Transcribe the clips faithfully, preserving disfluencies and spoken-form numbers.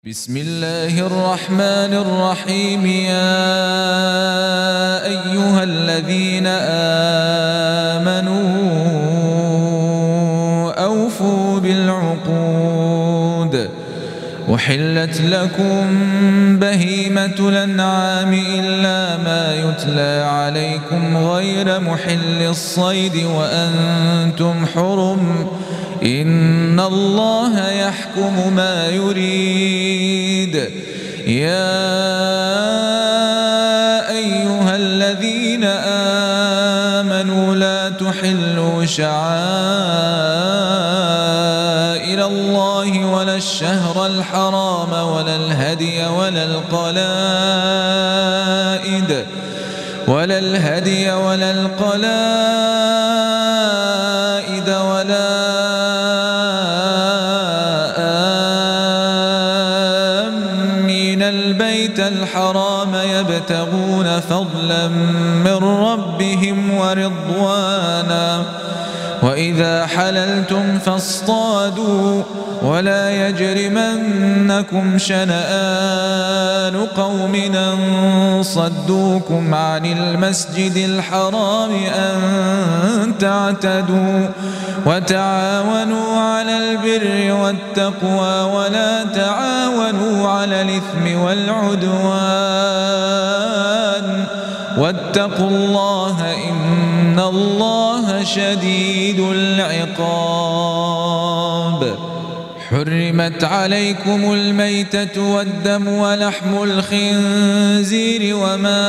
بسم الله الرحمن الرحيم. يا أيها الذين آمنوا أوفوا بالعقود. أحلت لكم بهيمة الأنعام إلا ما يتلى عليكم غير محل الصيد وأنتم حرم، إن الله يحكم ما يريد. يا أيها الذين آمنوا لا تحلوا شعائر الله ولا الشهر الحرام ولا الهدي ولا القلائد ولا الهدي ولا القلائد ولا آمين البيت الحرام يبتغون فضلا من ربهم ورضوانا. وإذا حللتم فاصطادوا ولا يجرمنكم شنآن قوم أن صدوكم عن المسجد الحرام أن تعتدوا. وتعاونوا على البر والتقوى ولا تعاونوا على الإثم والعدوان، واتقوا الله إن الله شديد العقاب. حرمت عليكم الميتة والدم ولحم الخنزير وما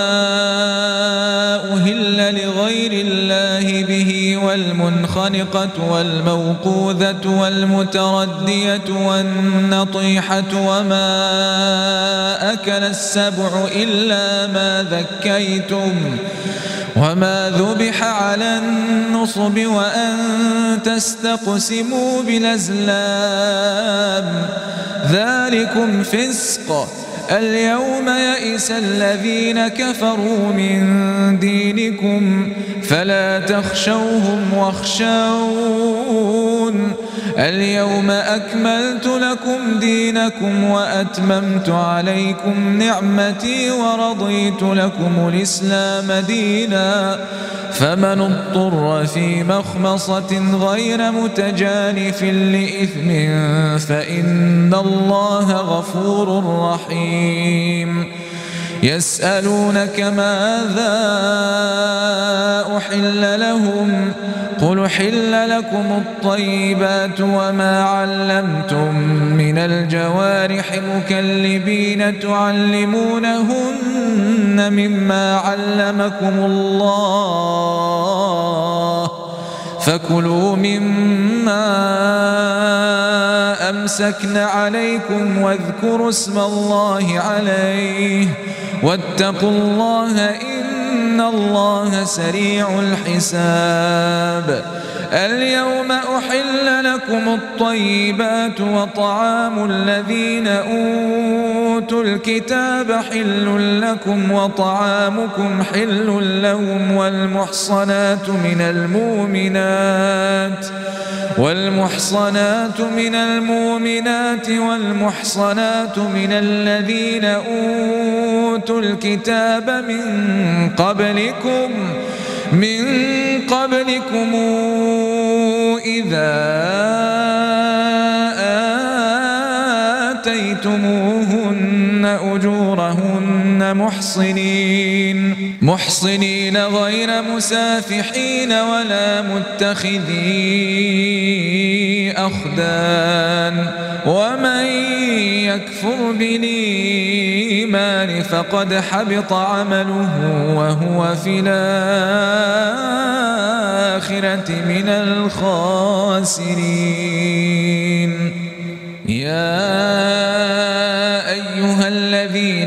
أهل لغير الله به والمنخنقة والموقوذة والمتردية والنطيحة وما أكل السبع إلا ما ذكيتم وما ذبح على النصب وأن تستقسموا بالأزلام، ذلكم فسق. اليوم يئس الذين كفروا من دينكم فلا تخشوهم واخشون. اليوم أكملت لكم دينكم وأتممت عليكم نعمتي ورضيت لكم الإسلام دينا. فمن اضطر في مخمصة غير متجانف لإثم فإن الله غفور رحيم. يسألونك ماذا أحل لهم قل أحل لكم الطيبات وما علمتم من الجوارح مكلبين تعلمونهن مما علمكم الله، فكلوا مما أمسكن عليكم واذكروا اسم الله عليه واتقوا الله إن الله سريع الحساب. اليوم أحل لكم الطيبات وطعام الذين أوتوا الكتاب حل لكم وطعامكم حل لهم والمحصنات من المؤمنات والمحصنات من المؤمنات والمحصنات من الذين أوتوا الكتاب من قبلكم من قبلكم إذا آتيتموهن أجورهن محصنين محصنين غير مسافحين ولا متخذي أخدان. ومن يكفر بالإيمان فقد حبط عمله وهو في الآخرة من الخاسرين. يا أيها الذين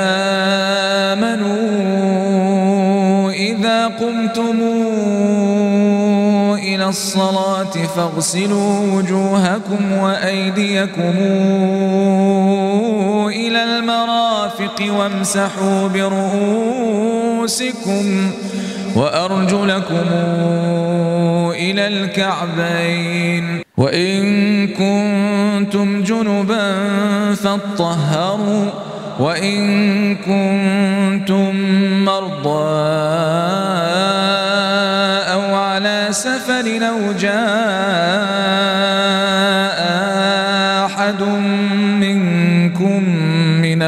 آمنوا إذا قمتم إلى الصلاة فاغسلوا وجوهكم وأيديكم إلى المرافق وامسحوا برؤوسكم وأرجلكم إلى الكعبين. وإن كنتم جنبا فاطهروا وإن كنتم مرضى أو على سفر أو جاء أحد منكم من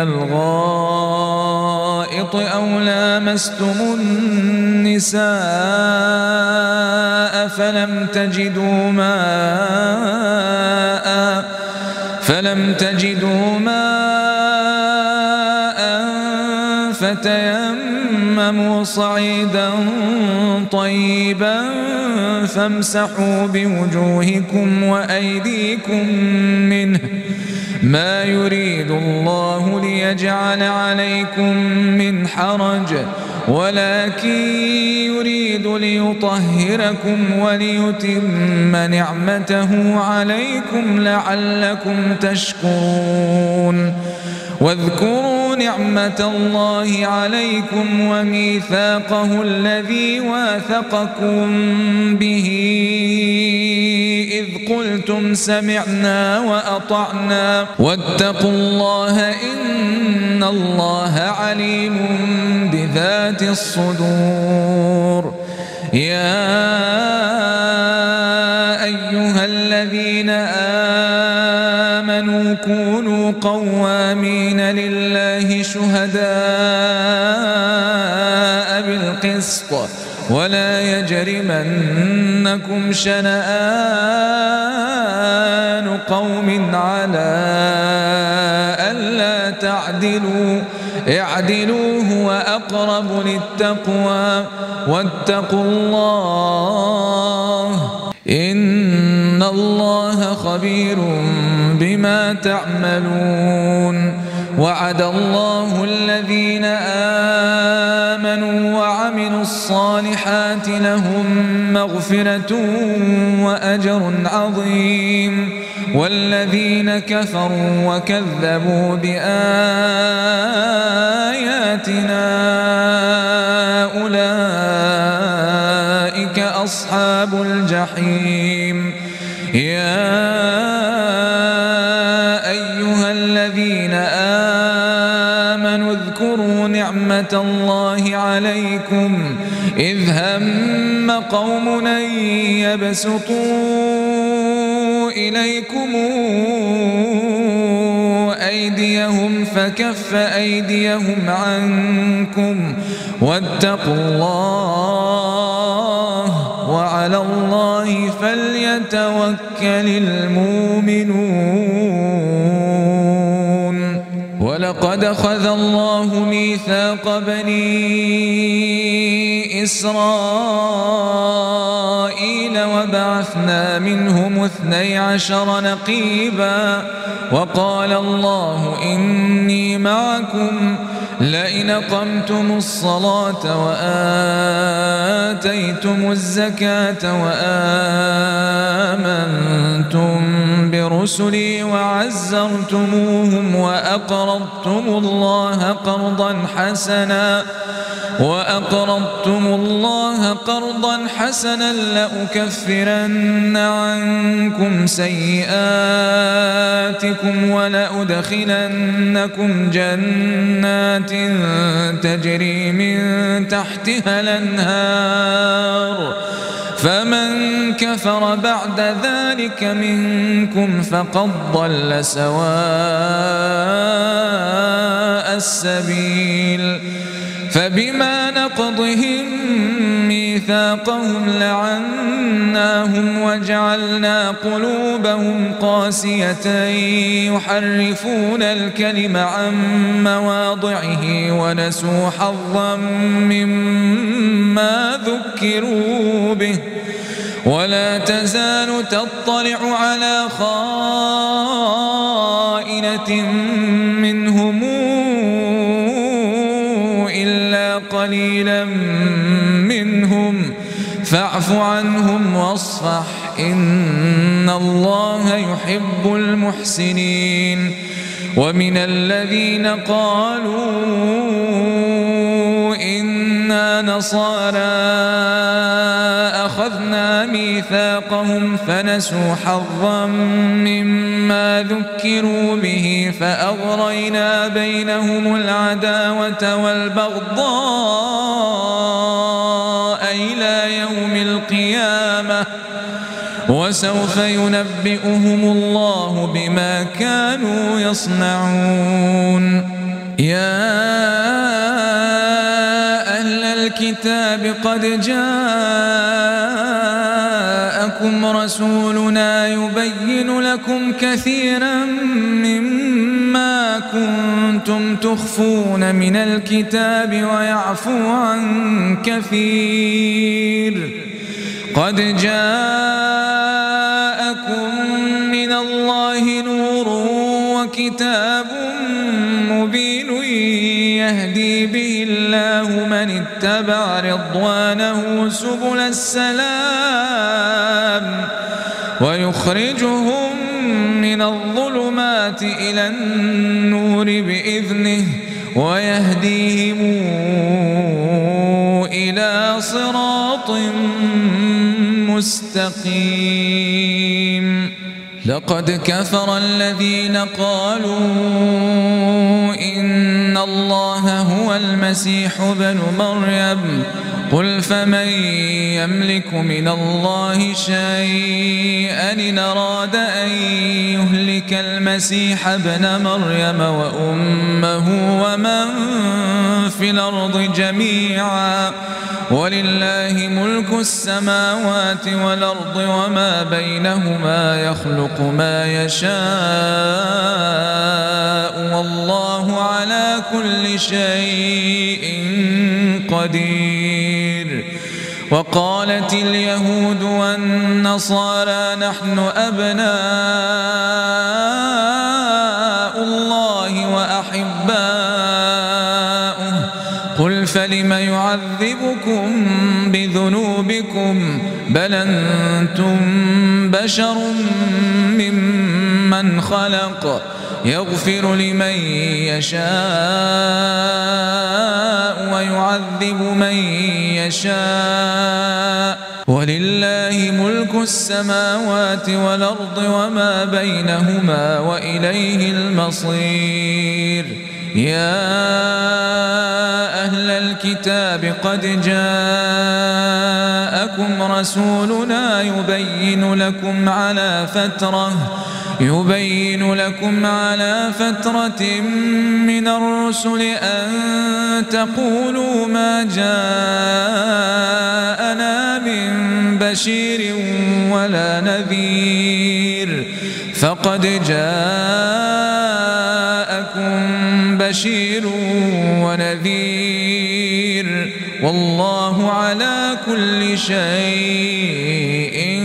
الغائط أو لامستم النساء فلم تجدوا ماء فلم تجدوا ماء فتيمموا صعيدا طيبا فامسحوا بوجوهكم وأيديكم منه ما يريد الله ليجعل عليكم من حرج ولكن يريد ليطهركم وليتم نعمته عليكم لعلكم تشكرون واذكروا نعمة الله عليكم وميثاقه الذي واثقكم به إذ قلتم سمعنا وأطعنا واتقوا الله إن الله عليم بذات الصدور يا أيها الذين آمنوا كونوا قوامين لله شهداء بالقسط ولا يجرمنكم شنآن قوم على ألا تعدلوا اعدلوا هو أقرب للتقوى واتقوا الله إن الله خبير بما تعملون وعد الله الذين آمنوا وعملوا الصالحات لهم مغفرة وأجر عظيم والذين كفروا وكذبوا بآياتنا أولئك أصحاب الجحيم يا أيها الذين آمنوا اذكروا نعمة الله عليكم إذ هم قوم أن يبسطوا إليكم أيديهم فكف أيديهم عنكم واتقوا الله وعلى الله فليتوكل المؤمنون ولقد أخذ الله ميثاق بني إسرائيل وبعثنا منهم اثني عشر نقيبا وقال الله إني معكم لئن أقمتم الصلاة وآتيتم الزكاة وآمنتم برسلي وعزرتموهم وأقرضتم الله قرضا حسنا وأقرضتم الله قرضا حسنا لأكفرن عنكم سيئاتكم ولأدخلنكم جنات تجري من تحتها الأنهار فمن كفر بعد ذلك منكم فقد ضل سواء السبيل فبما نقضهم ميثاقهم لعناهم وجعلنا قلوبهم قاسية يحرفون الكلم عن مواضعه ونسوا حظا مما ذكروا به ولا تزال تطلع على خائنة منهم إلا قليلا منهم فاعف عنهم واصفح إن الله يحب المحسنين ومن الذين قالوا إنا نصارى أخذنا ميثاقا ميثاقهم فنسوا حظا مما ذكروا به فأغرينا بينهم العداوة والبغضاء إلى يوم القيامة وسوف ينبئهم الله بما كانوا يصنعون. يا أهل الكتاب قد جاءكم رسولنا يبين لكم كثيرا مما كنتم تخفون من الكتاب ويعفو عن كثير. قد جاءكم من الله نور وكتاب مبين يهدي به الله من اتبع رضوانه سبل السلام ويخرجهم من الظلمات إلى النور بإذنه ويهديهم إلى صراط مستقيم. لقد كفر الذين قالوا إن الله هو المسيح ابن مريم قل فمن يملك من الله شيئا إن أراد أن يهلك المسيح ابن مريم وأمه ومن في الأرض جميعا ولله ملك السماوات والأرض وما بينهما يخلق ما يشاء والله على كل شيء قدير. وقالت اليهود والنصارى نحن أبناء الله وأحباؤه قل فلم يعذبكم بذنوبكم بل أنتم بشر ممن خلق يغفر لمن يشاء ويعذب من يشاء ولله ملك السماوات والأرض وما بينهما وإليه المصير. يا أهل الكتاب قد جاءكم رسولنا يبين لكم على فترة يبين لكم على فترة من الرسل أن تقولوا ما جاءنا من بشير ولا نذير فقد جاءكم بشير ونذير والله على كل شيء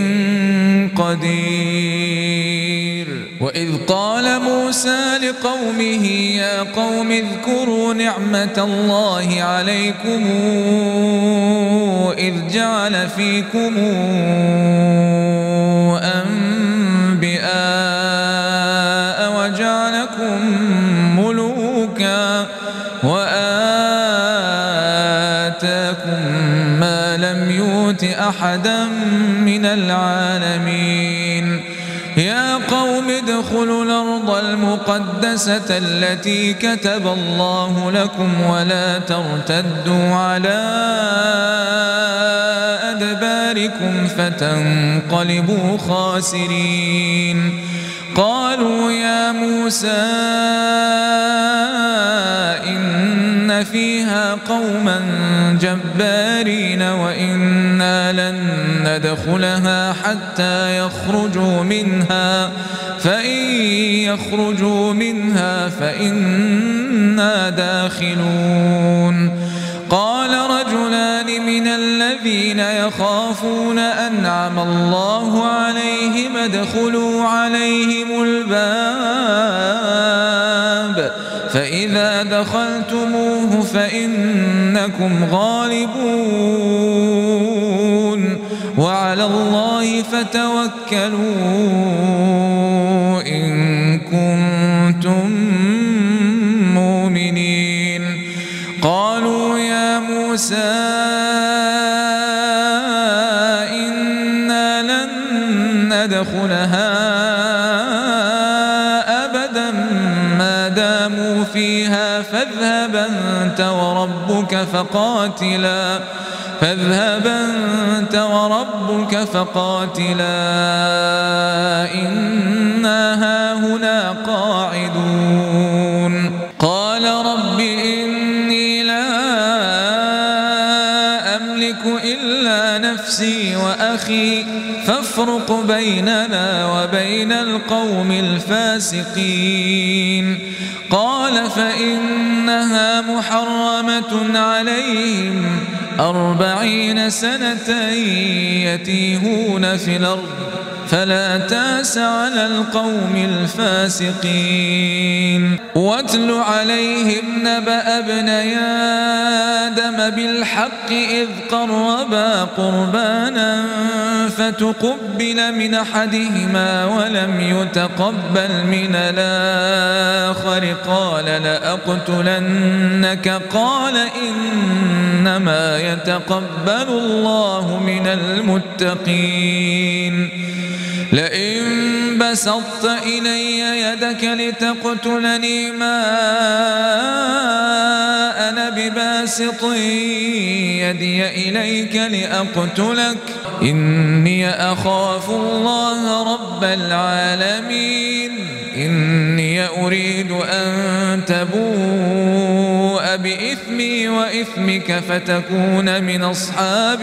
قدير. وإذ قال موسى لقومه يا قوم اذكروا نعمة الله عليكم إذ جعل فيكم أنبياء وجعلكم ملوكا وآتاكم ما لم يؤت أحدا من العالمين. يا قوم ادخلوا الأرض المقدسة التي كتب الله لكم ولا ترتدوا على أدباركم فتنقلبوا خاسرين. قالوا يا موسى إن فيها قوما جبارين وإنا لن ندخلها حتى يخرجوا منها فإن يخرجوا منها فإنا داخلون. قال رجلان من الذين يخافون أنعم الله عليهم ادخلوا عليهم الباب فإذا دخلتموه فإنكم غالبون وعلى الله فتوكلوا إن كنتم مؤمنين. قالوا يا موسى إنا لن فيها فاذهب أنت وربك فقاتلا فاذهب أنت وربك فقاتلا إنا هاهنا قاعدون قال رب إني لا أملك إلا نفسي وأخي فافرق بيننا وبين القوم الفاسقين قال فإنها محرمة عليهم أربعين سنة يتيهون في الأرض فلا تأس على القوم الفاسقين واتل عليهم نبأ ابني آدم بالحق إذ قربا قربانا فتقبل من أحدهما ولم يتقبل من الآخر قال لأقتلنك قال إنما يتقبل الله من المتقين لئن بسطت إلي يدك لتقتلني ما أنا بباسط يدي إليك لأقتلك إني أخاف الله رب العالمين إني أريد أن تبوء بإثمي وإثمك فتكون من أصحاب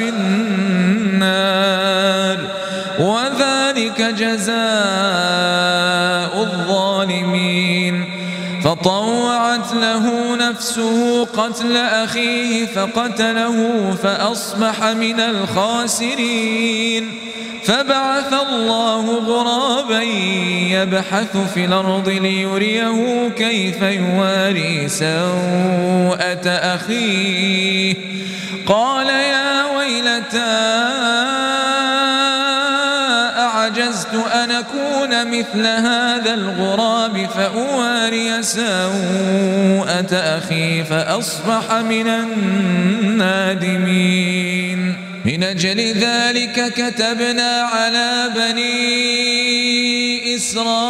النار وذلك جزاء الظالمين فطوعت له نفسه قتل أخيه فقتله فأصبح من الخاسرين فبعث الله غرابا يبحث في الأرض ليريه كيف يواري سوءة أخيه قال يا ويلتى أعجزت أن أكون مثل هذا الغراب فأواري سوءة أخي فأصبح من النادمين من أجل ذلك كتبنا على بني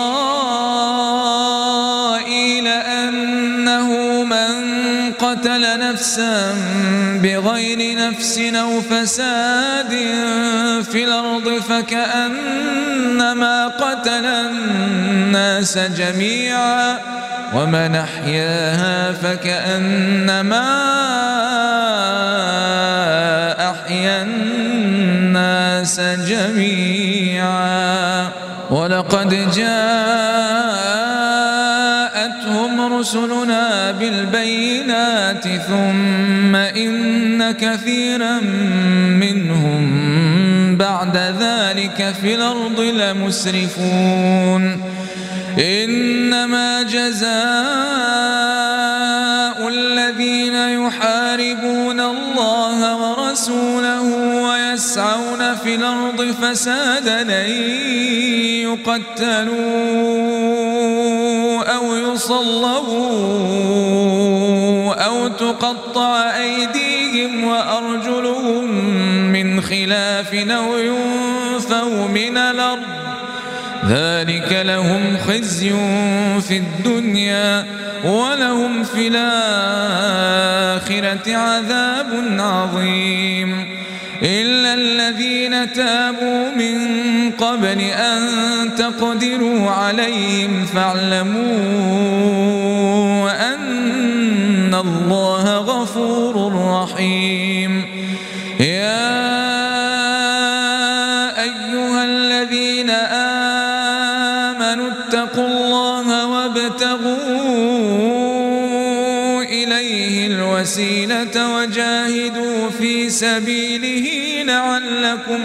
إسرائيل أنه من قتل نفسا بغير نفس أو فساد في الأرض فكأنما قتل الناس جميعا ومن أحياها فكأنما أحيا الناس جميعا ولقد جاءتهم رسلنا بالبينات ثم إن كثيرا منهم بعد ذلك في الأرض لمسرفون إنما جزاء الذين يحاربون الله ورسوله ويسعون في الأرض فسادا أن يقتلوا أو يصلبوا أو تقطع أيديهم وأرجلهم من خلاف أو ينفوا من الأرض ذلك لهم خزي في الدنيا ولهم في الآخرة عذاب عظيم إلا الذين تابوا من قبل أن تقدروا عليهم فاعلموا أن الله غفور رحيم يا أيها الذين آمنوا اتقوا الله وابتغوا إليه الوسيلة وجاهدوا في سبيله لعلكم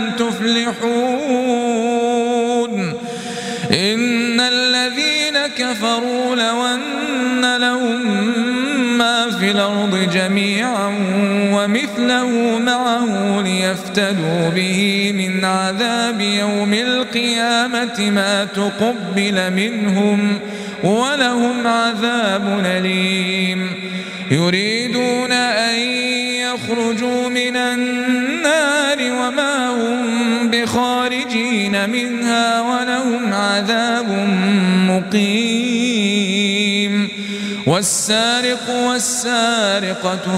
تفلحون إن الذين كفروا لو أن لهم ما في الأرض جميعا ومثله معه ليفتدوا به من عذاب يوم القيامة ما تقبل منهم ولهم عذاب أليم يريدون أن يخرجوا من النار وما هم بخارجين منها ولهم عذاب مقيم والسارق والسارقة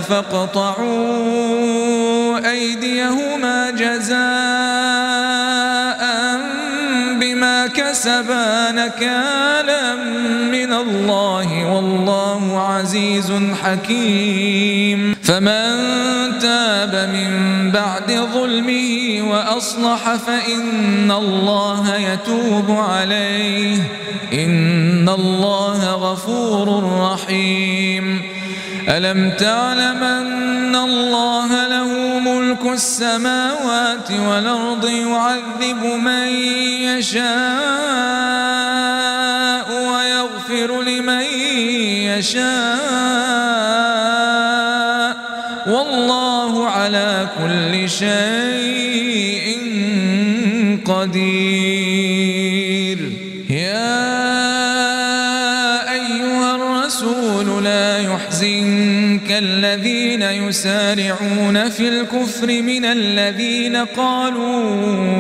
فاقطعوا أيديهما جزاء بما كسبا نكالا من الله والله عزيز حكيم. فمن تاب من بعد ظلمه وأصلح فإن الله يتوب عليه إن الله غفور رحيم. ألم تعلم أن الله له ملك السماوات والأرض يعذب من يشاء ويغفر لمن يشاء والله على كل شيء قدير. يا أيها الرسول لا يحزنك الذين يسارعون في الكفر من الذين قالوا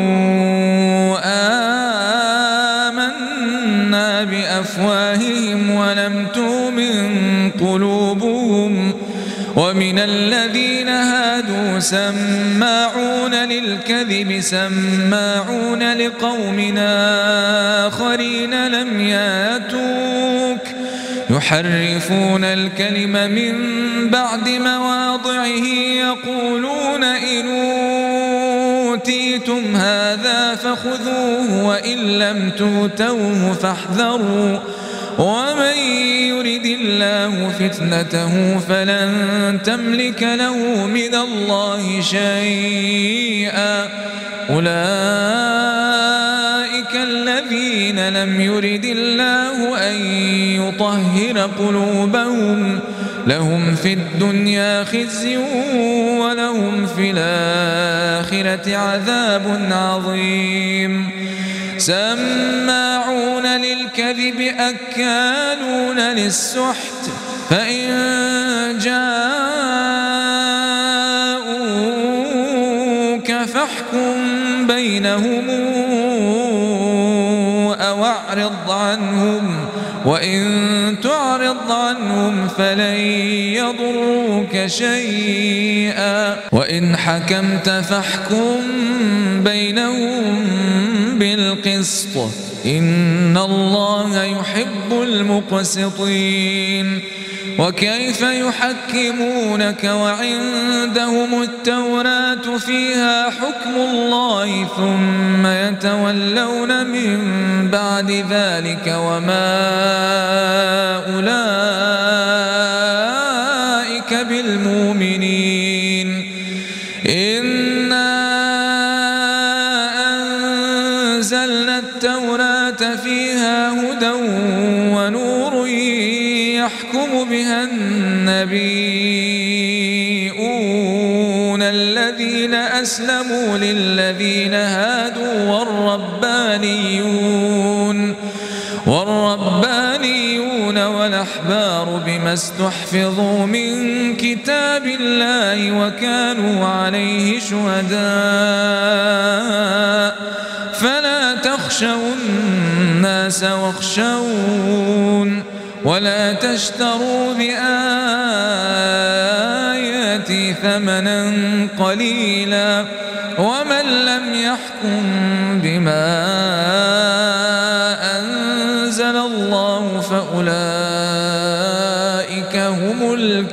آمنا بأفواههم ولم تؤمن قلوبهم ومن الذين هادوا سماعون للكذب سماعون لقوم آخرين لم ياتوك يحرفون الكلم من بعد مواضعه يقولون إن أوتيتم هذا فخذوه وإن لم تؤتوه فاحذروا ومن يرد الله فتنته فلن تملك له من الله شيئا أولئك الذين لم يرد الله أن يطهر قلوبهم لهم في الدنيا خزي ولهم في الآخرة عذاب عظيم. سماعون للكذب أكالون للسحت فإن جاءوك فاحكم بينهم أو أعرض عنهم وإن تعرض عنهم فلن يضروك شيئا وإن حكمت فاحكم بينهم بالقسط إن الله يحب المقسطين. وكيف يحكمونك وعندهم التوراة فيها حكم الله ثم يتولون من بعد ذلك وما أولئك بالمؤمنين. إنا أنزلنا التوراة فيها هدى ونور يحكم بها النبيون الذين أسلموا للذين هادوا والربانيون والربانيون والأحبار بما استحفظوا من كتاب الله وكانوا عليه شهداء فلا تخشوا الناس واخشون ولا تشتروا بآياتي ثمنا قليلا ومن لم يحكم بما أنزل الله فأولئك هم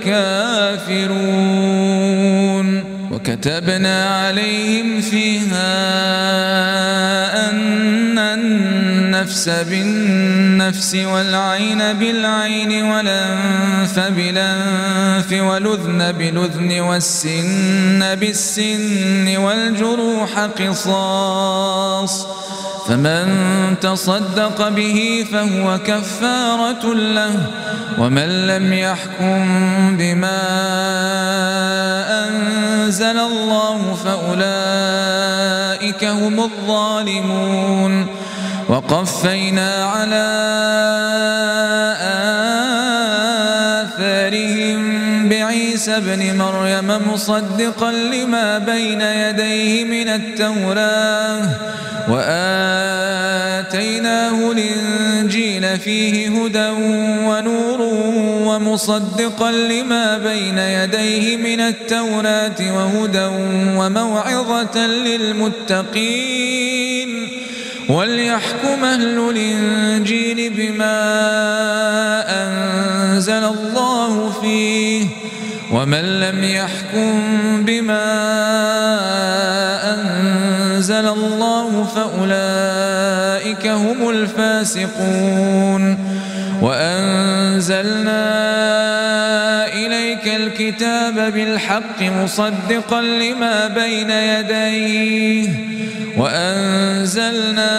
الكافرون. وكتبنا عليهم فيها أن النفس بالنفس والعين بالعين والأنف بالأنف والأذن بالأذن والسن بالسن والجروح قصاص فمن تصدق به فهو كفارة له ومن لم يحكم بما أنزل الله فأولئك هم الظالمون. وقفينا على آثارهم بعيسى ابن مريم مصدقا لما بين يديه من التوراة وآتيناه الإنجيل فيه هدى ونور ومصدقا لما بين يديه من التوراة وهدى وموعظة للمتقين وليحكم أهل الإنجيل بما أنزل الله فيه ومن لم يحكم بما أنزل الله فأولئك هم الفاسقون. وأنزلنا إليك الكتاب بالحق مصدقا لما بين يديه وأنزلنا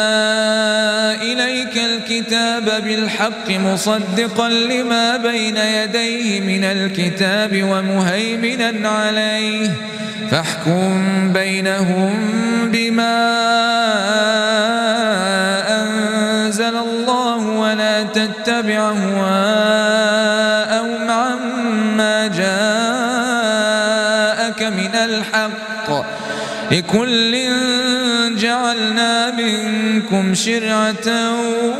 إليك الكتاب بالحق مصدقا لما بين يديه من الكتاب ومهيمنا عليه فاحكم بينهم بما أنزل الله ولا تتبع أهواءهم عما جاءك من الحق لكل جعلنا منكم شرعة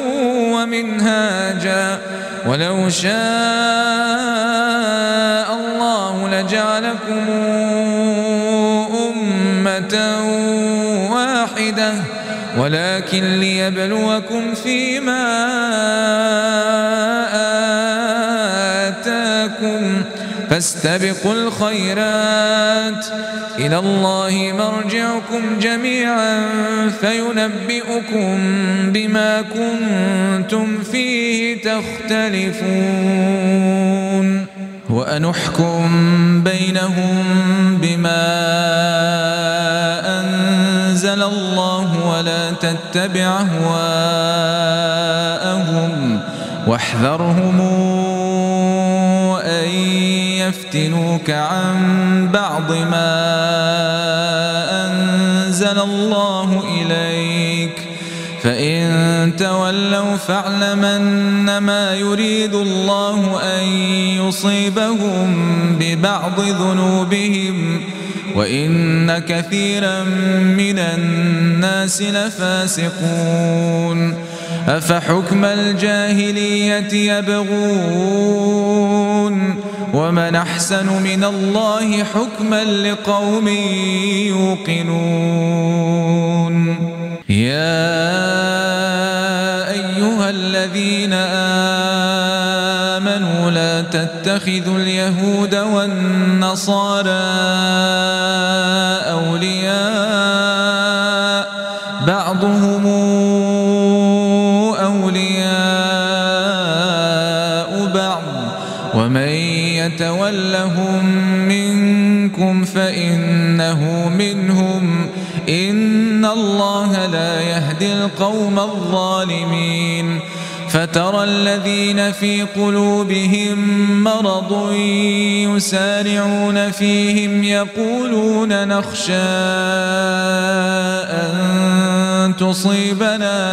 ومنهاجا ولو شاء الله لجعلكم أمة واحدة ولكن ليبلوكم فيما آتاكم فاستبقوا الخيرات إلى الله مرجعكم جميعا فينبئكم بما كنتم فيه تختلفون. وأنحكم بينهم بما أنزل الله ولا تتبع أهواءهم واحذرهم أن يفتنوك عن بعض ما أنزل الله إليك فإن تولوا فاعلم أنما يريد الله أن يصيبهم ببعض ذنوبهم وإن كثيرا من الناس لفاسقون. أفحكم الجاهلية يبغون ومن أحسن من الله حكما لقوم يوقنون. يا أيها الذين آمنوا لا تتخذوا اليهود والنصارى أولياء بعضهم أولياء بعض ومن يتولهم منكم فإنه منهم إن الله لا يهدي القوم الظالمين. فترى الذين في قلوبهم مرض يسارعون فيهم يقولون نخشى أن تصيبنا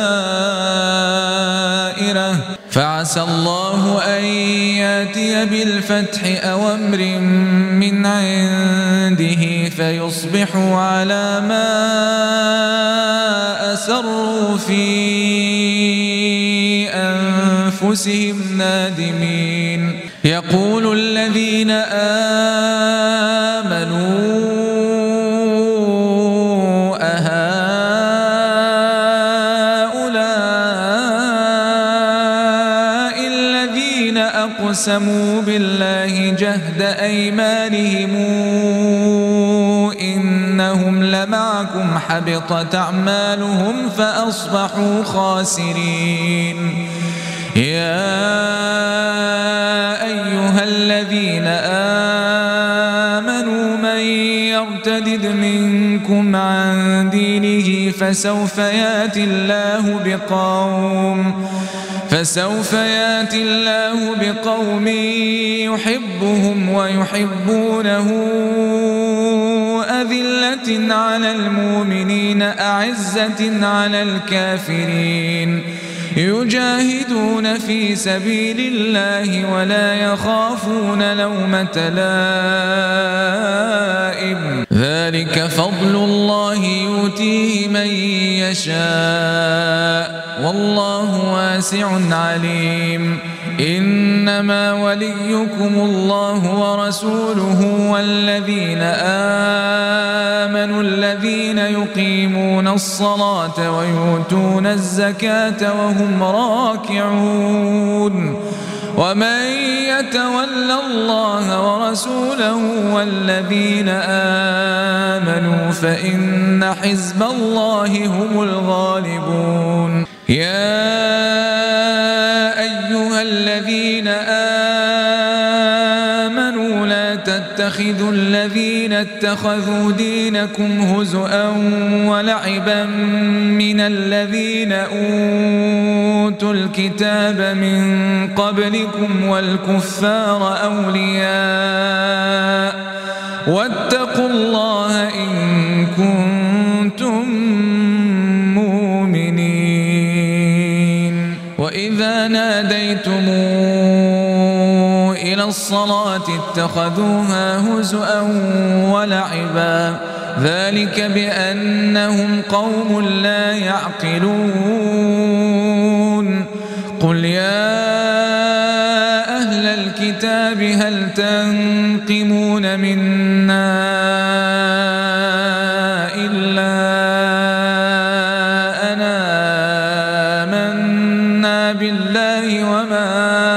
دائرة فعسى الله أن يأتي بالفتح أو أمر من عنده فيصبحوا على ما أسروا في أنفسهم نادمين. يقول الذين آمنوا أهؤلاء الذين أقسموا بالله جهد أيمانهم إنهم لمعكم حبطت أعمالهم فأصبحوا خاسرين. يا أيها الذين آمنوا من يرتد منكم عن دينه فسوف يأتي الله بقوم فسوف يأتي الله بقوم يحبهم ويحبونه أذلة على المؤمنين أعزة على الكافرين يجاهدون في سبيل الله ولا يخافون لومة لائم ذلك فضل الله يؤتيه من يشاء والله واسع عليم. إنما وليكم الله ورسوله والذين آمنوا الذين يقيمون الصلاة ويؤتون الزكاة وهم راكعون ومن يتول الله ورسوله والذين آمنوا فإن حزب الله هم الغالبون. يا أيها الذين آمنوا لا تتخذوا الذين اتخذوا دينكم هزؤا ولعبا من الذين أوتوا الكتاب من قبلكم والكفار أولياء واتقوا الله إن كنتم مؤمنين. وإذا ناديتم إلى الصلاة اتخذوها هزؤا ولعبا ذلك بأنهم قوم لا يعقلون. قل يا أهل الكتاب هل تنقمون منا إلا أنا آمنا بالله وما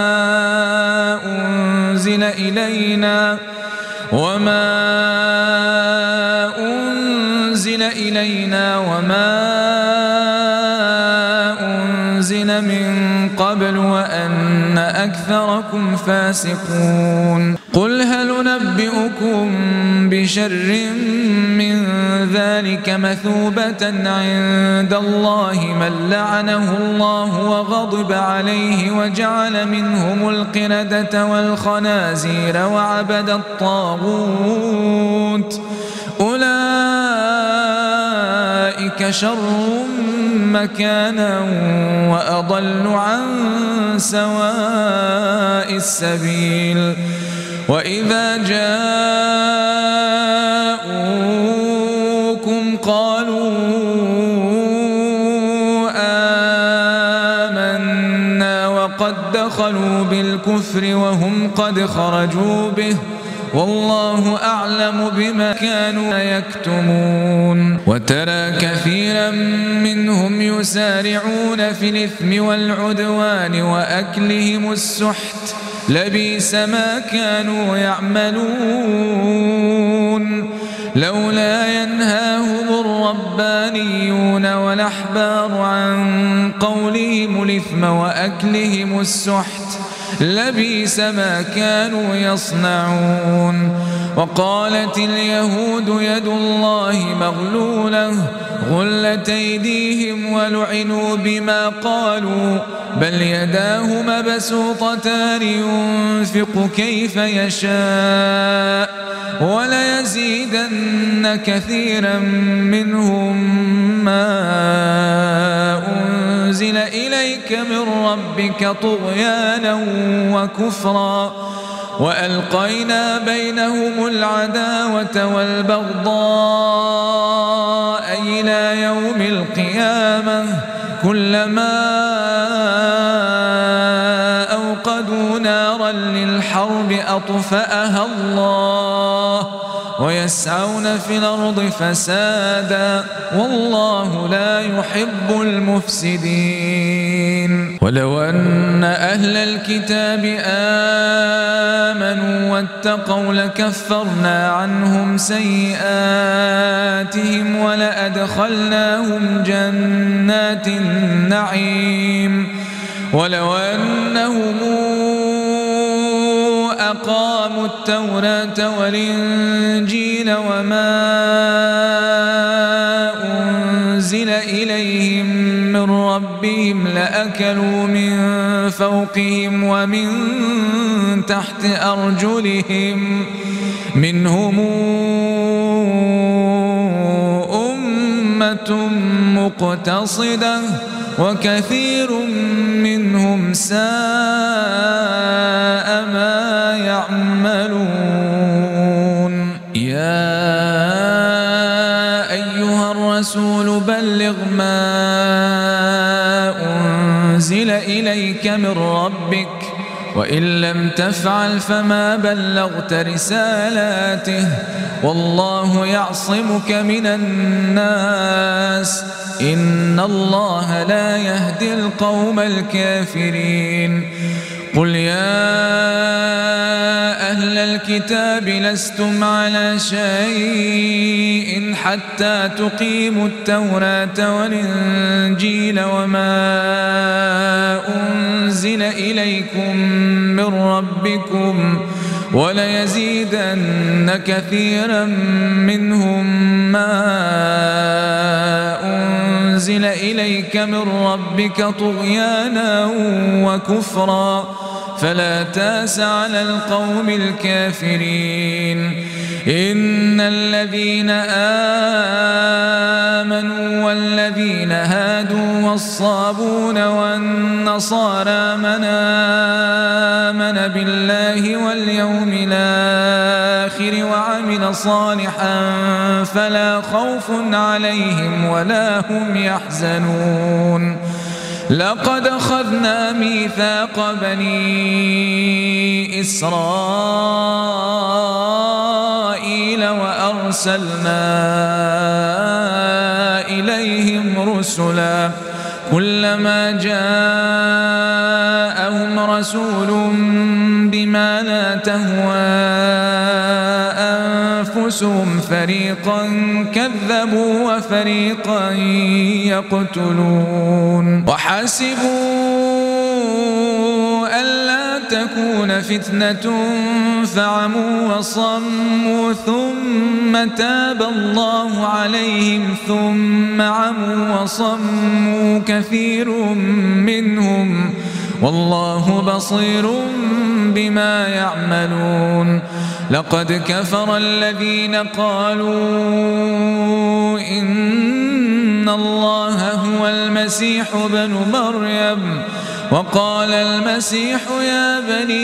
أنزل إلينا وما أنزل إلينا وما أنزل من قبل وأن أكثركم فاسقون. قل هل ننبئكم بشر من ذلك مثوبة عند الله من لعنه الله وغضب عليه وجعل منهم القردة والخنازير وعبد الطاغوت أولئك شر مكانا وأضل عن سواء السبيل. وإذا جاءوكم قالوا آمنا وقد دخلوا بالكفر وهم قد خرجوا به والله أعلم بما كانوا يكتمون. وترى كثيرا منهم يسارعون في الإثم والعدوان وأكلهم السحت لبئس ما كانوا يعملون. لولا ينهاهم الربانيون والأحبار عن قولهم الإثم وأكلهم السحت لبئس ما كانوا يصنعون. وقالت اليهود يد الله مغلولة غلت أيديهم ولعنوا بما قالوا بل يداه مبسوطتان ينفق كيف يشاء وليزيدن كثيرا منهم ما أنزل إليك من ربك طغيانا وكفرا وألقينا بينهم العداوة والبغضاء إلى يوم القيامة كلما أوقدوا نارا للحرب أطفأها الله ويسعون في الأرض فسادا والله لا يحب المفسدين. ولو أن أهل الكتاب آمنوا واتقوا لكفرنا عنهم سيئاتهم ولأدخلناهم جنات النعيم. ولو أنهم أقاموا التوراة والإنجيل وما أنزل إليهم من ربهم لأكلوا من فوقهم ومن تحت أرجلهم منهم أمة مقتصدة وكثير منهم ساء ما يعملون. يا أيها الرسول بلغ ما أنزل إليك من ربك وإن لم تفعل فما بلغت رسالاته والله يعصمك من الناس إن الله لا يهدي القوم الكافرين قل يا أهل الكتاب لستم على شيء حتى تقيموا التوراة والإنجيل وما أنزل إليكم من ربكم وليزيدن كثيرا منهم ما أنزل إليك من ربك طغيانا وكفرا فلا تاس على القوم الكافرين إن الذين آمنوا والذين هادوا والصابون والنصارى من آمن بالله واليوم الآخر وعمل صالحا فلا خوف عليهم ولا هم يحزنون لقد أخذنا ميثاق بني إسرائيل وأرسلنا إليهم رسلا كلما جاءهم رسول بما لا تهوى أنفسهم فريقا كذبوا وفريقا يقتلون وحسبوا ألا تكون فتنة فعموا وصموا ثم تاب الله عليهم ثم عموا وصموا كثير منهم والله بصير بما يعملون لقد كفر الذين قالوا إن الله هو المسيح ابن مريم وقال المسيح يا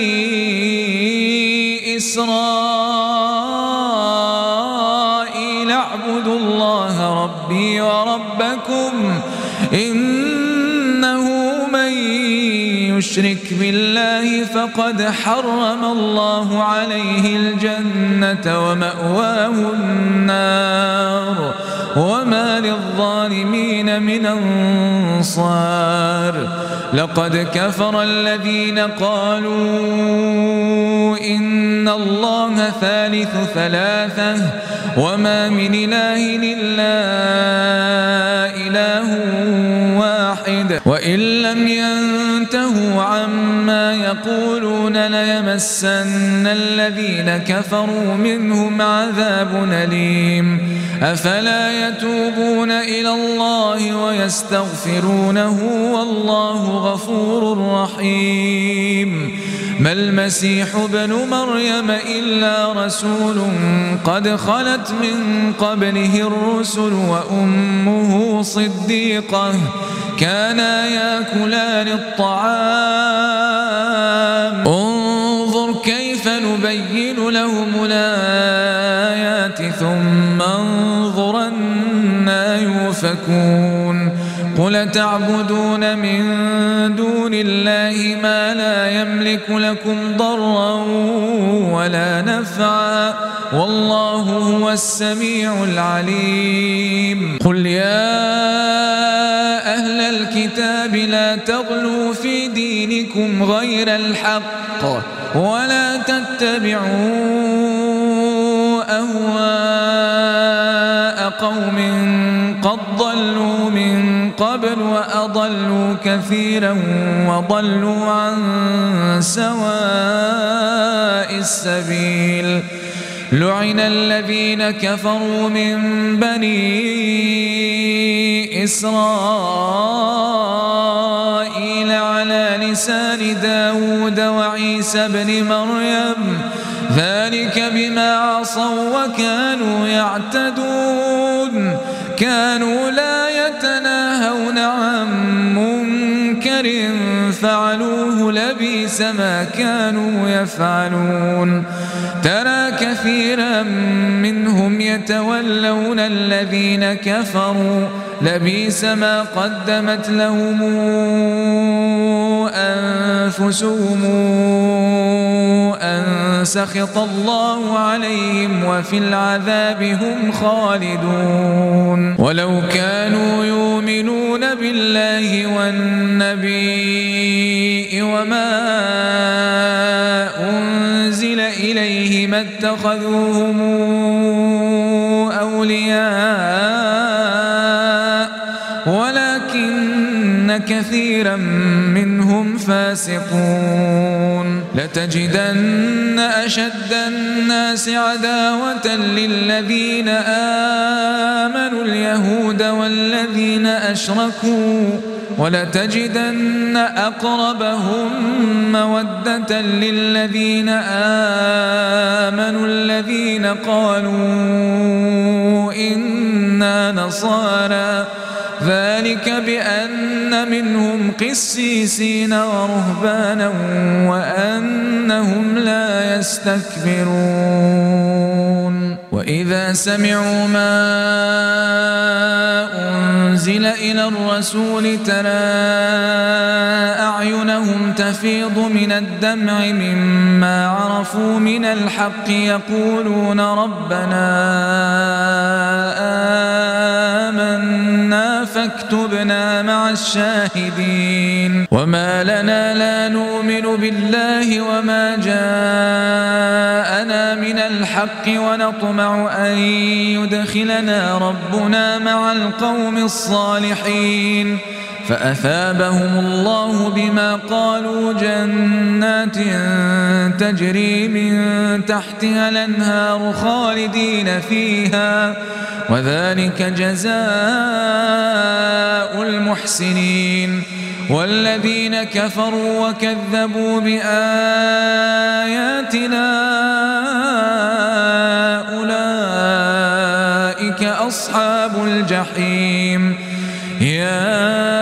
بني إسرائيل اعبدوا الله ربي وربكم إنه من يشرك بالله فقد حرم الله عليه الجنة ومأواه النار وما للظالمين من أنصار لقد كفر الذين قالوا إن الله ثالث ثلاثة وما من إله إلا إله واحد وإن لم ينتهوا عما يقولون ليمسن الذين كفروا منهم عذاب أليم أفلا يتوبون إلى الله ويستغفرونه والله غفور رحيم ما المسيح ابن مريم إلا رسول قد خلت من قبله الرسل وأمه صديقة كانا يأكلان الطعام انظر كيف نبين لهم الآيات ثم انظر أنى يؤفكون قل تعبدون من دون الله ما لا يملك لكم ضرا ولا نفعا والله هو السميع العليم قل يا أهل الكتاب لا تغلوا في دينكم غير الحق ولا تتبعوا أهواء قوم قد ضلوا من قبل وأضلوا كثيرا وضلوا عن سواء السبيل لعن الذين كفروا من بني إسرائيل على لسان داود وعيسى بن مريم ذلك بما عصوا وكانوا يعتدون كانوا لا يتناهون عن منكر فعلوه لبئس ما كانوا يفعلون ترى كثيرا منهم يتولون الذين كفروا لبئس ما قدمت لهم أنفسهم أن سخط الله عليهم وفي العذاب هم خالدون ولو كانوا يؤمنون بالله والنبي وما أنزل إليه ما اتخذوهم أولياء ولكن كثيرا منهم فاسقون لتجدن أشد الناس عداوة للذين آمنوا اليهود والذين أشركوا ولتجدن أقربهم مودة للذين آمنوا الذين قالوا إنا نصارى ذلك بأن منهم قسيسين ورهبانا وأنهم لا يستكبرون وإذا سمعوا ما أنزل إلى الرسول ترى أعينهم تفيض من الدمع مما عرفوا من الحق يقولون ربنا آمنا فاكتبنا مع الشاهدين وما لنا لا نؤمن بالله وما جاءنا من الحق ونطمع أن يدخلنا ربنا مع القوم الصالحين فأثابهم الله بما قالوا جنات تجري من تحتها الأنهار خالدين فيها وذلك جزاء المحسنين والذين كفروا وكذبوا بآياتنا أولئك أصحاب الجحيم يا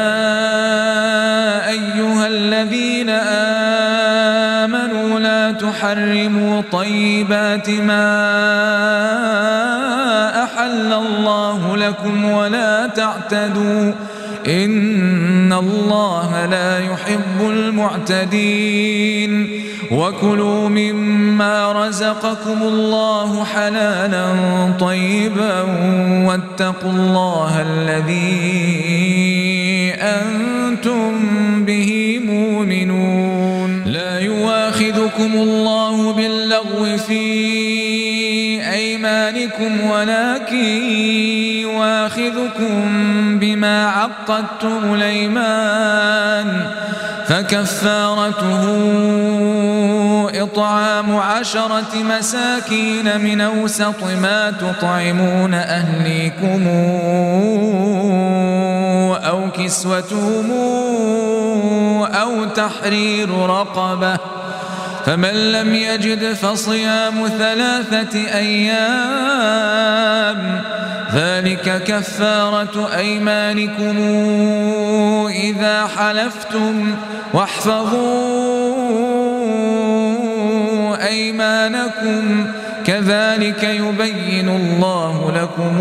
أيها الذين آمنوا لا تحرموا طيبات ما أحل الله لكم ولا تعتدوا إن الله لا يحب المعتدين وكلوا مما رزقكم الله حلالا طيبا واتقوا الله الذي أنتم به مؤمنون لا يؤاخذكم الله باللغو في أيمانكم ولكن يؤاخذكم بما عقدتم الأيمان فكفارته إطعام عشرة مساكين من أوسط ما تطعمون أهليكم أو كسوتهم أو تحرير رقبة فمن لم يجد فصيام ثلاثة أيام ذلك كفارة أيمانكم إذا حلفتم واحفظوا أيمانكم كذلك يبين الله لكم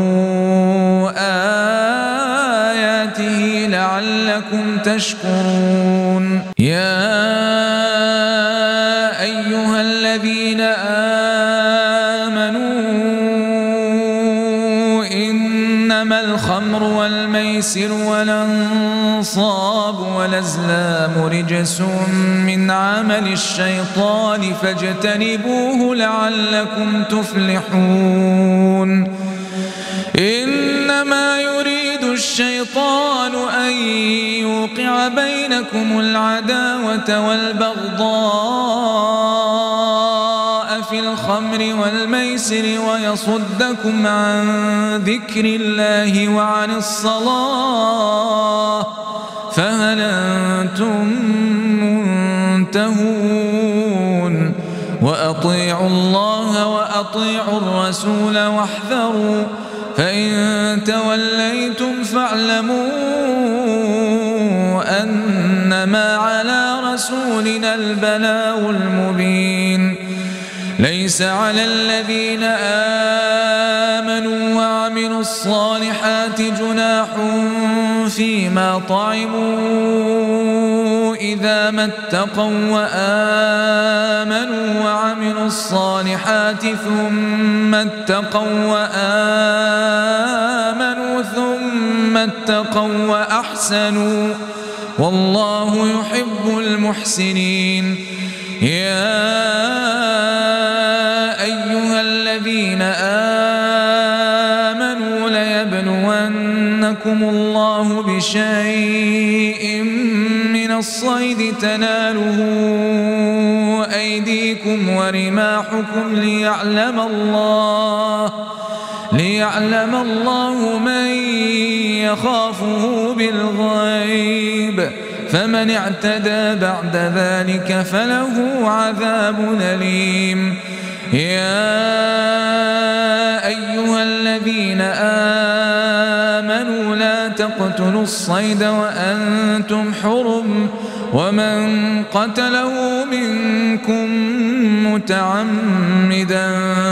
آياته لعلكم تشكرون يا أيها الذين آمنوا إنما الخمر والميسر والأنصاب والأزلام رجس من عمل الشيطان فاجتنبوه لعلكم تفلحون إنما يريد الشيطان أن يوقع بينكم العداوة والبغضاء في الخمر والميسر ويصدكم عن ذكر الله وعن الصلاة فهل أنتم منتهون وأطيعوا الله وأطيعوا الرسول واحذروا فإن توليتم فاعلموا أنما على رسولنا البلاغ المبين ليس على الذين آمنوا وعملوا الصالحات جناح فيما طعموا إذا ما اتقوا وآمنوا وعملوا الصالحات ثم اتقوا وآمنوا ثم اتقوا وأحسنوا والله يحب المحسنين. يا أيها الذين آمنوا ليبلونكم الله بشيء من الصيد تناله أيديكم ورماحكم ليعلم الله ليعلم الله من يخافه بالغيب فمن اعتدى بعد ذلك فله عذاب أليم. يا أيها الذين آمنوا لا تقتلوا الصيد وأنتم حرم ومن قتله منكم متعمدا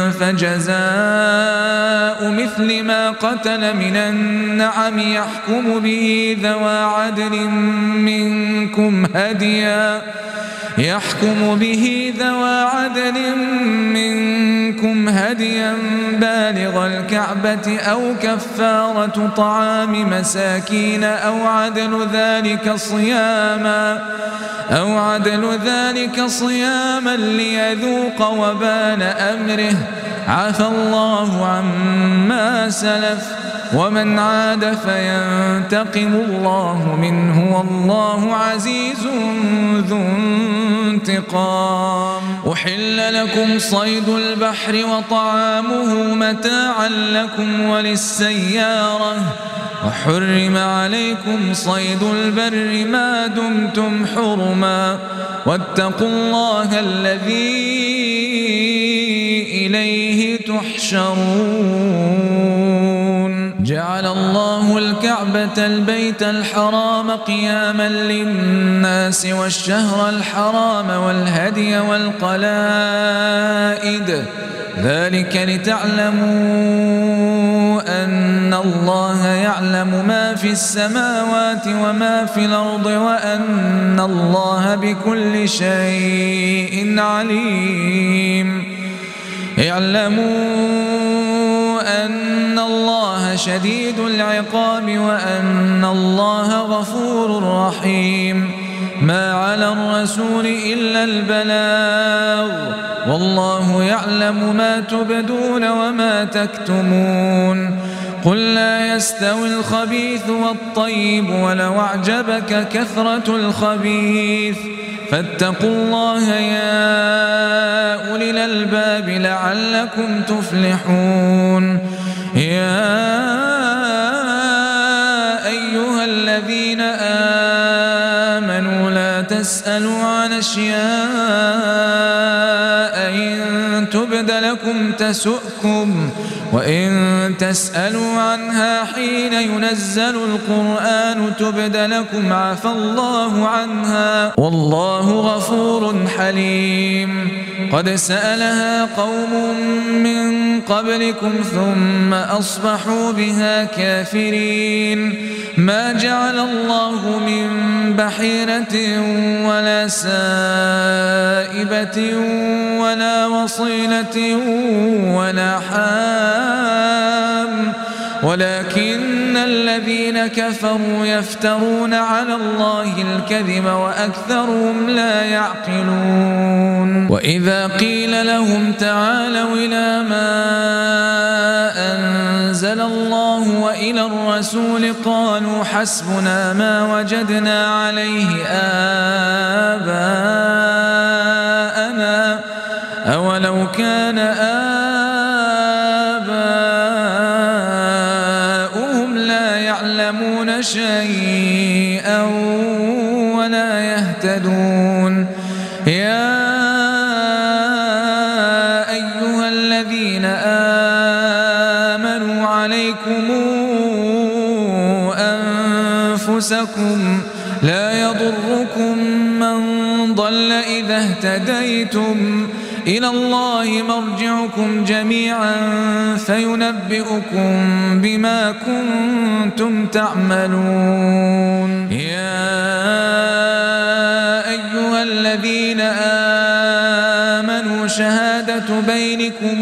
فجزاء مثل ما قتل من النعم يحكم به ذوى عدل منكم هديا يحكم به ذوى عدل منكم هديا بالغ الكعبة أو كفارة طعام مساكين أو عدل ذلك صياما أو عدل ذلك صياما ليذوق وبال أمره عفى الله عما سلف ومن عاد فينتقم الله منه والله عزيز ذو انتقام. أحل لكم صيد البحر وطعامه متاعا لكم وللسيارة وحرم عليكم صيد البر ما دمتم حرما واتقوا الله الذي إليه تحشرون. جعل الله الكعبة البيت الحرام قياما للناس والشهر الحرام والهدي والقلائد ذلك لتعلموا أن الله يعلم ما في السماوات وما في الأرض وأن الله بكل شيء عليم. اعلموا أن الله شديد العقاب وأن الله غفور رحيم. ما على الرسول إلا البلاغ والله يعلم ما تبدون وما تكتمون. قل لا يستوي الخبيث والطيب ولو أعجبك كثرة الخبيث فاتقوا الله يا أولي الألباب لعلكم تفلحون. يا أيها الذين آمنوا لا تسألوا عن أشياء إن تبد لكم تسؤكم وإن تسألوا عنها حين ينزل القرآن تبد لكم عفى الله عنها والله غفور حليم. قد سألها قوم من قبلكم ثم أصبحوا بها كافرين. ما جعل الله من بحيرة ولا سائبة ولا وصيلة ولا حام ولكن الذين كفروا يفترون على الله الكذب وأكثرهم لا يعقلون. وإذا قيل لهم تعالوا إلى ما أنزل الله وإلى الرسول قالوا حسبنا ما وجدنا عليه آباءنا أولو كان آباؤهم لا يعلمون شيئا ولا يهتدون. يا أيها الذين آمنوا عليكم أنفسكم لا يضركم من ضل إذا اهتديتم إلى الله مرجعكم جميعا فينبئكم بما كنتم تعملون. يا أيها الذين آمنوا شهادة بينكم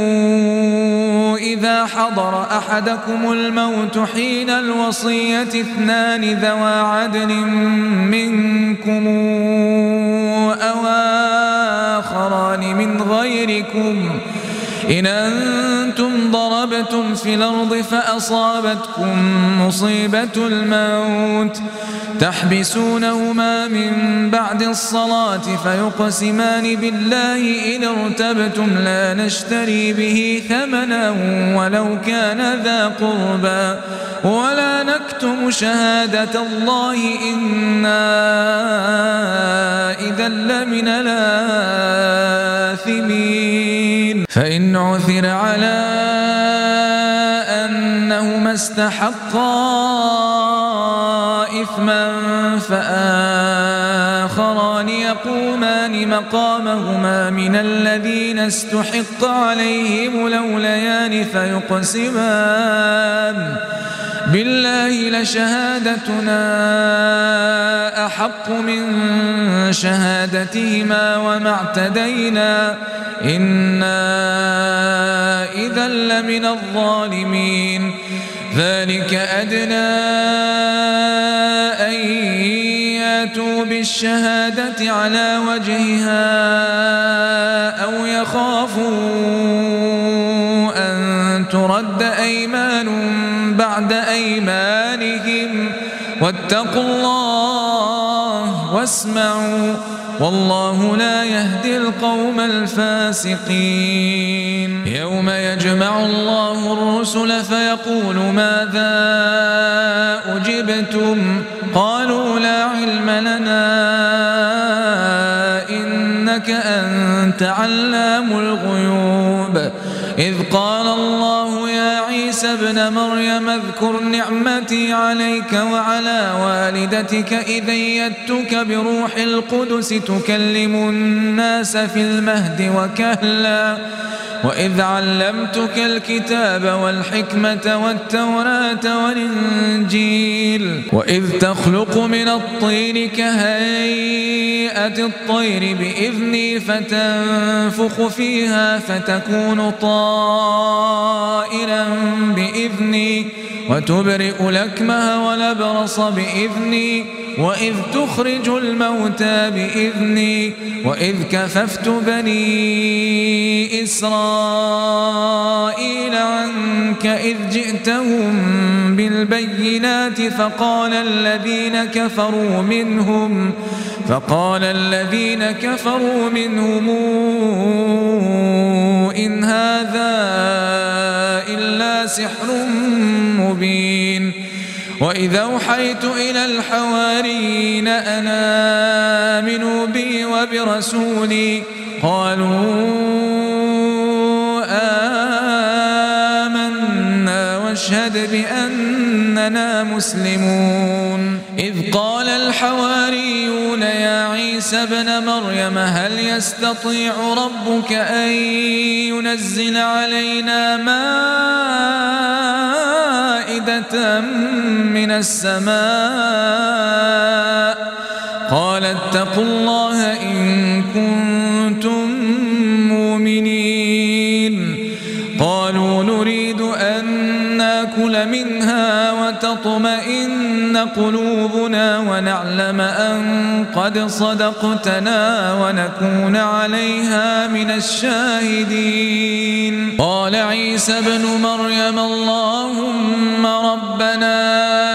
إذا حضر أحدكم الموت حين الوصية اثنان ذوى عدل منكم أو آخران من غيركم إن أنتم ضربتم في الأرض فأصابتكم مصيبة الموت تحبسونهما من بعد الصلاة فيقسمان بالله إن ارتبتم لا نشتري به ثمنا ولو كان ذا قربى ولا نكتم شهادة الله إنا إذا لمن الآثمين. فإن عثر على أنهما استحقا إثما فآخران يقومان مقامهما من الذين استحق عليهم الأوليان فيقسمان بالله لشهادتنا أحق من شهادتهما وما اعتدينا إنا إذا لمن الظالمين. ذلك أدنى أن ياتوا بالشهادة على وجهها أو يخافوا أن ترد أيمان بعد أيمانهم واتقوا الله واسمعوا والله لا يهدي القوم الفاسقين. يوم يجمع الله الرسل فيقول ماذا أجبتم قالوا لا علم لنا إنك أنت علام الغيوب. إذ قال الله يا عيسى ابن مريم اذكر نعمتي عليك وعلى والدتك إذ أيدتك بروح القدس تكلم الناس في المهد وكهلا وإذ علمتك الكتاب والحكمة والتوراة والإنجيل وإذ تخلق من الطين كهيئة الطير بإذني فتنفخ فيها فتكون طائرا بإذني وتبرئ الأكمه والأبرص بإذني وإذ تخرج الموتى بإذني وإذ كففت بني إسرائيل عنك إذ جئتهم بالبينات فقال الذين كفروا منهم فقال الذين كفروا منهم إن هذا إلا سحر مبين. وإذا أوحيت إلى الحواريين أن آمنوا بي وبرسولي قالوا آمنا واشهد بأننا مسلمون. إذ قال الحواريون يا عيسى ابن مريم هل يستطيع ربك أن ينزل علينا مائدة من السماء قال اتقوا الله إن كنتم مؤمنين. قالوا نريد أن نأكل منها وتطمئن قلوبنا ونعلم أن قد صدقتنا ونكون عليها من الشاهدين. قال عيسى ابن مريم اللهم ربنا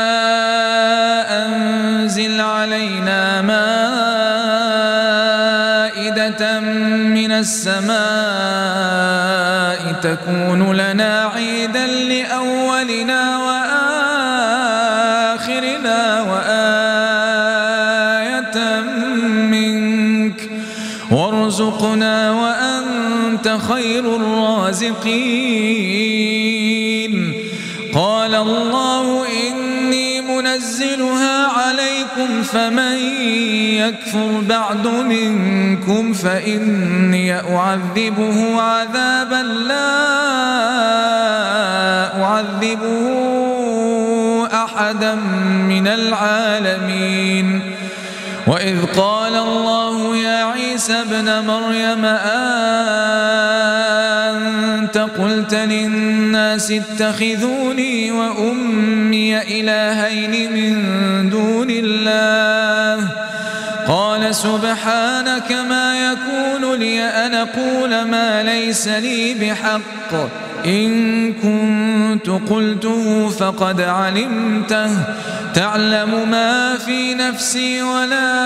أنزل علينا مائدة من السماء تكون لنا عيدا لأولنا وآخرنا وآية منك وارزقنا وأنت خير الرازقين. قال الله إني منزل منزلها عليكم فمن يكفر بعد منكم فإني أعذبه عذابا لا أعذبه أحدا من العالمين. وإذ قال الله يا عيسى ابن مريم أنت قلت للناس اتخذوني وأمي إلهين من دون الله قال سبحانك ما يكون لي أن أقول ما ليس لي بحق إن كنت قلته فقد علمته تعلم ما في نفسي ولا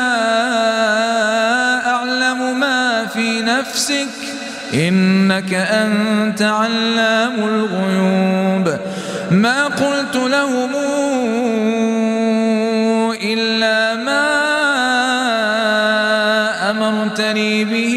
أعلم ما في نفسك إنك أنت علام الغيوب. ما قلت لهم إلا ما أمرتني به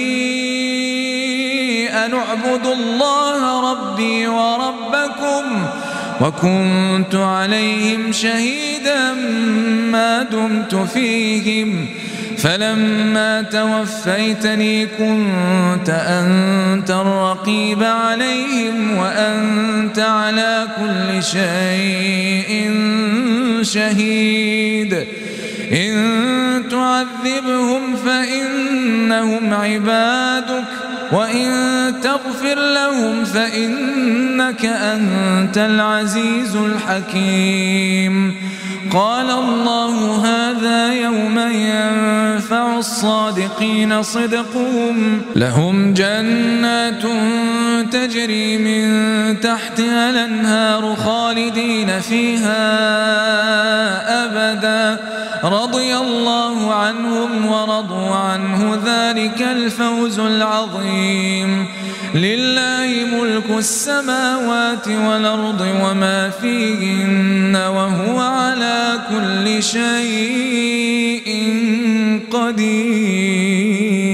أن أعبد الله ربي وربكم وكنت عليهم شهيدا ما دمت فيهم فلما توفيتني كنت أنت الرقيب عليهم وأنت على كل شيء شهيد. إن تعذبهم فإنهم عبادك وإن تغفر لهم فإنك أنت العزيز الحكيم. قال الله هذا يوم ينفع الصادقين صدقهم لهم جنات تجري من تحتها الأنهار خالدين فيها أبدا رضي الله عنهم ورضوا عنه ذلك الفوز العظيم. لله ملك السماوات والأرض وما فيهن وهو على كل شيء قدير.